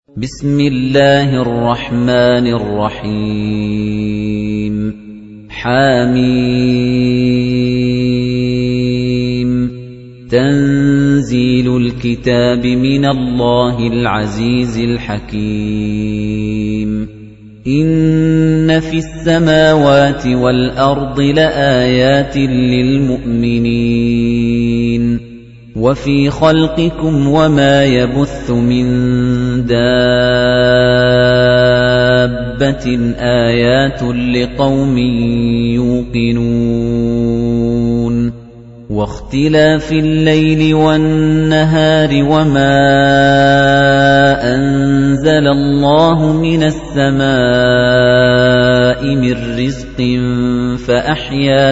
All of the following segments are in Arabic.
بسم الله الرحمن الرحيم حميم تنزيل الكتاب من الله العزيز الحكيم إن في السماوات والأرض لآيات للمؤمنين وفي خلقكم وما يبث من دابة آيات لقوم يوقنون واختلاف الليل والنهار وما أنزل الله من السماء من رزق فأحيا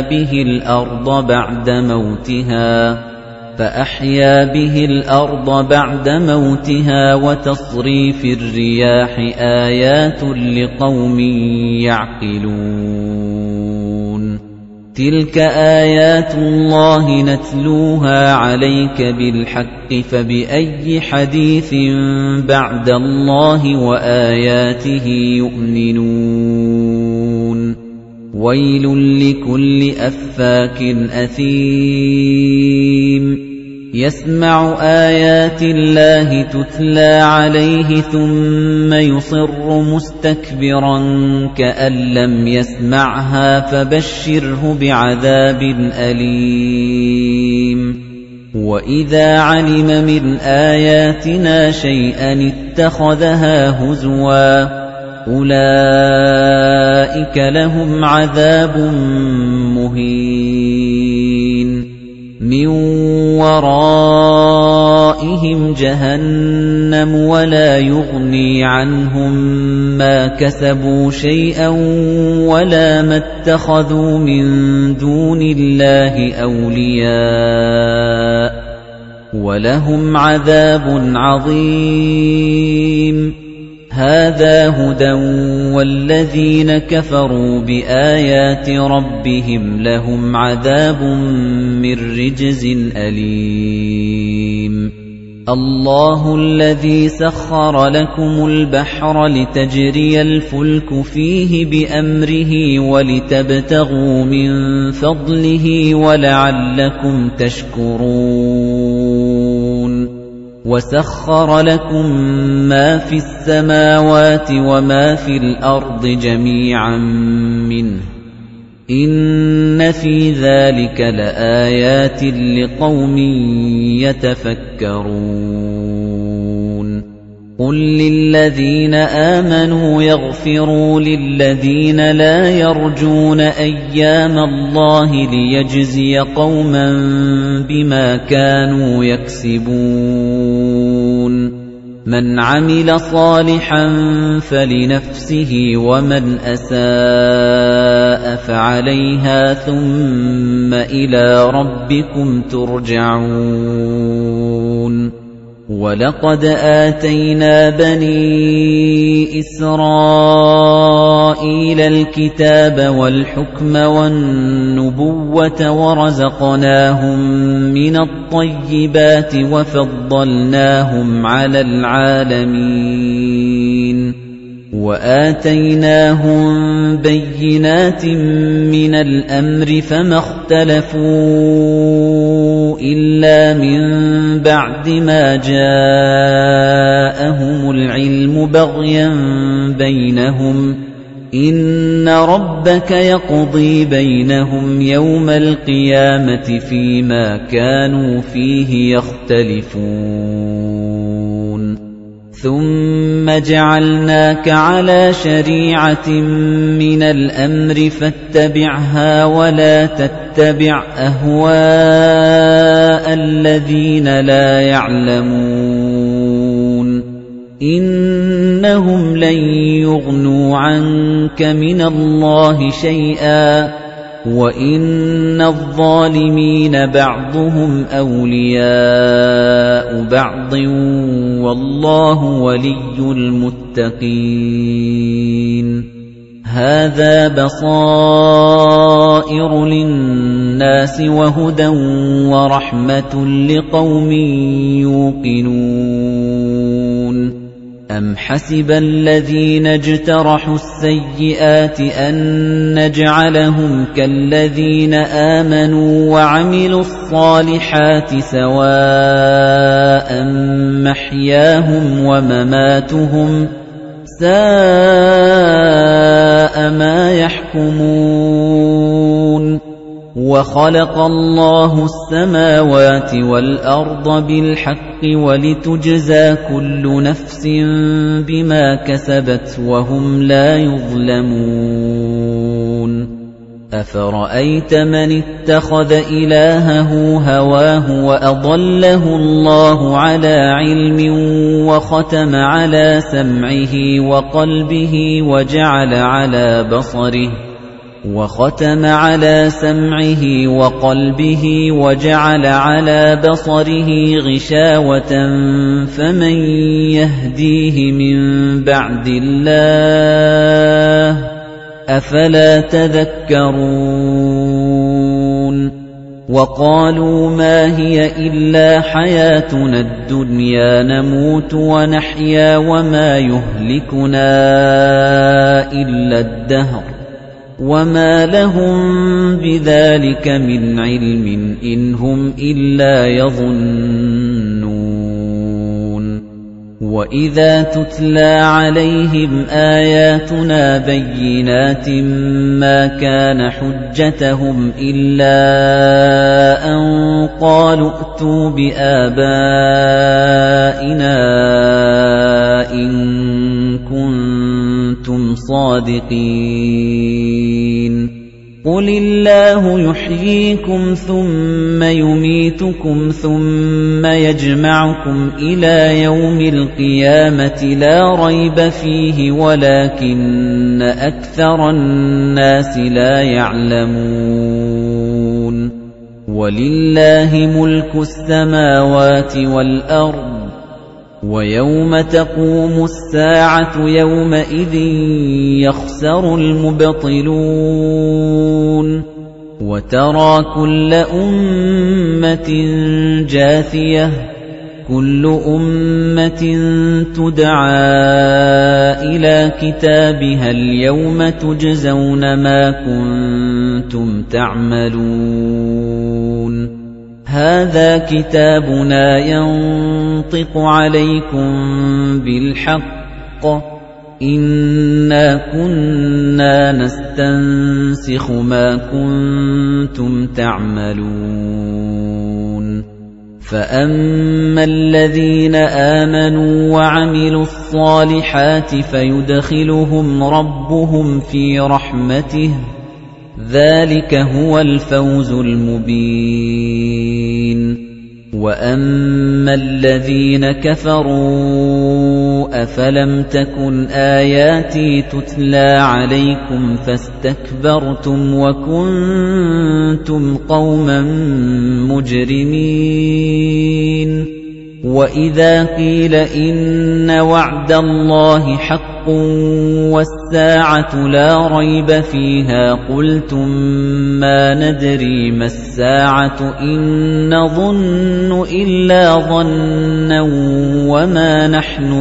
به الأرض بعد موتها وتصريف الرياح آيات لقوم يعقلون تلك آيات الله نتلوها عليك بالحق فبأي حديث بعد الله وآياته يؤمنون ويل لكل أفاك أثيم يسمع آيات الله تتلى عليه ثم يصر مستكبرا كأن لم يسمعها فبشره بعذاب أليم وإذا علم من آياتنا شيئا اتخذها هزوا أولئك لهم عذاب مهين من ورائهم جهنم ولا يغني عنهم ما كسبوا شيئا ولا ما اتخذوا من دون الله أولياء ولهم عذاب عظيم هذا هدى والذين كفروا بآيات ربهم لهم عذاب من رجز أليم الله الذي سخر لكم البحر لتجري الفلك فيه بأمره ولتبتغوا من فضله ولعلكم تشكرون وَسَخَّرَ لَكُم مَّا فِي السَّمَاوَاتِ وَمَا فِي الْأَرْضِ جَمِيعًا مِّنْهُ إِنَّ فِي ذَلِكَ لَآيَاتٍ لِقَوْمٍ يَتَفَكَّرُونَ قُل لِّلَّذِينَ آمَنُوا يَغْفِرُوا لِلَّذِينَ لَا يَرْجُونَ أَيَّامَ اللَّهِ لِيَجْزِيَ قَوْمًا بِمَا كَانُوا يَكْسِبُونَ مَنْ عَمِلَ صَالِحًا فَلِنَفْسِهِ وَمَنْ أَسَاءَ فَعَلَيْهَا ثُمَّ إِلَى رَبِّكُمْ تُرْجَعُونَ وَلَقَدْ آتَيْنَا بَنِي إِسْرَائِيلَ الْكِتَابَ وَالْحُكْمَ وَالنُّبُوَّةَ وَرَزَقْنَاهُم مِّنَ الطَّيِّبَاتِ وَفَضَّلْنَاهُمْ عَلَى الْعَالَمِينَ وَآتَيْنَاهُم بَيِّنَاتٍ مِّنَ الْأَمْرِ فَمَا اخْتَلَفُوا إِلَّا مِن بَعْدِ مَا جَاءَهُمُ الْعِلْمُ بَغْيًا بَيْنَهُمْ إِنَّ رَبَّكَ يَقْضِي بَيْنَهُمْ يَوْمَ الْقِيَامَةِ فِيمَا كَانُوا فِيهِ يَخْتَلِفُونَ ثُمَّ جَعَلْنَاكَ عَلَى شَرِيعَةٍ مِّنَ الْأَمْرِ فَاتَّبِعْهَا وَلَا تَتَّبِعْ أَهْوَاءَ الَّذِينَ لَا يَعْلَمُونَ إِنَّهُمْ لَن يُغْنُوا عَنكَ مِنَ اللَّهِ شَيْئًا وَإِنَّ الظَّالِمِينَ بَعْضُهُمْ أَوْلِيَاءُ بَعْضٍ وَاللَّهُ وَلِيُّ الْمُتَّقِينَ هَذَا بَصَائِرُ لِلنَّاسِ وَهُدًى وَرَحْمَةٌ لِقَوْمٍ يُوقِنُونَ أَمْ حَسِبَ الَّذِينَ اجْتَرَحُوا السَّيِّئَاتِ أَن نَّجْعَلَهُمْ كَالَّذِينَ آمَنُوا وَعَمِلُوا الصَّالِحَاتِ سَوَاءً مَّحْيَاهُمْ وَمَمَاتُهُمْ ۚ سَاءَ مَا يَحْكُمُونَ وَخَلَقَ اللَّهُ السَّمَاوَاتِ وَالْأَرْضَ بِالْحَقِّ وَلِتُجْزَىٰ كُلُّ نَفْسٍ بِمَا كَسَبَتْ وَهُمْ لَا يُظْلَمُونَ أَفَرَأَيْتَ مَنِ اتَّخَذَ إِلَٰهَهُ هَوَاهُ وَأَضَلَّهُ اللَّهُ عَلَىٰ عِلْمٍ وَخَتَمَ عَلَىٰ سَمْعِهِ وَقَلْبِهِ وَجَعَلَ عَلَىٰ بَصَرِهِ غِشَاوَةً فَمَن يَهْدِيهِ مِن بَعْدِ اللَّهِ ۚ أَفَلَا تَذَكَّرُونَ وَقَالُوا مَا هِيَ إِلَّا حَيَاتُنَا الدُّنْيَا نَمُوتُ وَنَحْيَا وَمَا يُهْلِكُنَا إِلَّا الدَّهْرُ وَمَا لَهُم بِذَلِكَ مِنْ عِلْمٍ إِنْ هُمْ إِلَّا يَظُنُّونَ وَإِذَا تُتْلَىٰ عَلَيْهِمْ آيَاتُنَا بَيِّنَاتٍ مَّا كَانَ حُجَّتَهُمْ إِلَّا أَن قَالُوا ائْتُوا بِآبَائِنَا إِن كُنتُمْ صَادِقِينَ قُلِ اللَّهُ يُحْيِيكُمْ ثُمَّ يُمِيتُكُمْ ثُمَّ يَجْمَعُكُمْ إِلَىٰ يَوْمِ الْقِيَامَةِ لَا رَيْبَ فِيهِ وَلَٰكِنَّ أَكْثَرَ النَّاسِ لَا يَعْلَمُونَ وَلِلَّهِ مُلْكُ السَّمَاوَاتِ وَالْأَرْضِ وَيَوْمَ تَقُومُ السَّاعَةُ يَوْمَئِذٍ يَخْسَرُ الْمُبْطِلُونَ وَتَرَىٰ كُلَّ أُمَّةٍ جَاثِيَةً كُلُّ أُمَّةٍ تُدْعَىٰ إِلَىٰ كِتَابِهَا الْيَوْمَ تُجْزَوْنَ مَا كُنتُمْ تَعْمَلُونَ هَٰذَا كِتَابُنَا يَنطِقُ عَلَيْكُم بِالْحَقِّ إِنَّا كُنَّا نَسْتَنسِخُ مَا كُنتُمْ تَعْمَلُونَ فَأَمَّا الَّذِينَ آمَنُوا وَعَمِلُوا الصَّالِحَاتِ فَيُدْخِلُهُمْ رَبُّهُمْ فِي رَحْمَتِهِ ۚ ذَلِكَ هُوَ الْفَوْزُ الْمُبِينُ وَأَمَّا الَّذِينَ كَفَرُوا أَفَلَمْ تَكُنْ آيَاتِي تُتْلَىٰ عَلَيْكُمْ فَاسْتَكْبَرْتُمْ وَكُنتُمْ قَوْمًا مُجْرِمِينَ وَإِذَا قِيلَ إِنَّ وَعْدَ اللَّهِ حَقٌّ وَالسَّاعَةُ لَا رَيْبَ فِيهَا قُلْتُم مَّا نَدْرِي مَا السَّاعَةُ إِن نَّظُنُّ إِلَّا ظَنًّا وَمَا نَحْنُ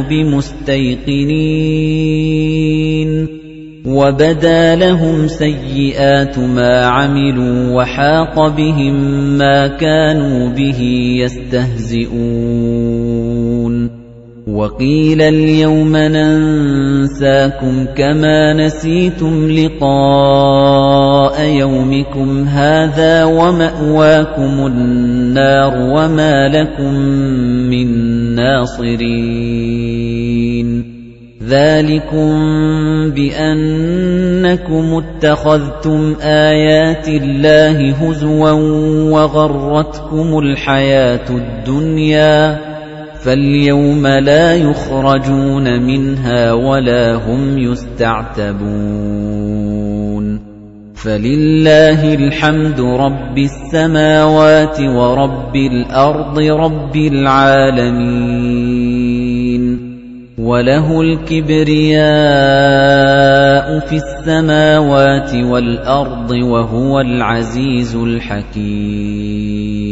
بِمُسْتَيْقِنِينَ وَبَدَا لَهُمْ سَيِّئَاتُ مَا عَمِلُوا وَحَاقَ بِهِم مَّا كَانُوا بِهِ يَسْتَهْزِئُونَ وَقِيلَ الْيَوْمَ نَنسَاكُمْ كَمَا نَسِيتُمْ لِقَاءَ يَوْمِكُمْ هَٰذَا وَمَأْوَاكُمُ النَّارُ وَمَا لَكُم مِّن نَّاصِرِينَ ذَلِكُم بِأَنَّكُمُ اتَّخَذْتُمْ آيَاتِ اللَّهِ هُزُوًا وَغَرَّتْكُمُ الْحَيَاةُ الدُّنْيَا فَالْيَوْمَ لَا يُخْرَجُونَ مِنْهَا وَلَا هُمْ يُسْتَعْتَبُونَ فَلِلَّهِ الْحَمْدُ رَبِّ السَّمَاوَاتِ وَرَبِّ الْأَرْضِ رَبِّ الْعَالَمِينَ وَلَهُ الْكِبْرِيَاءُ فِي السَّمَاوَاتِ وَالْأَرْضِ وَهُوَ الْعَزِيزُ الْحَكِيمُ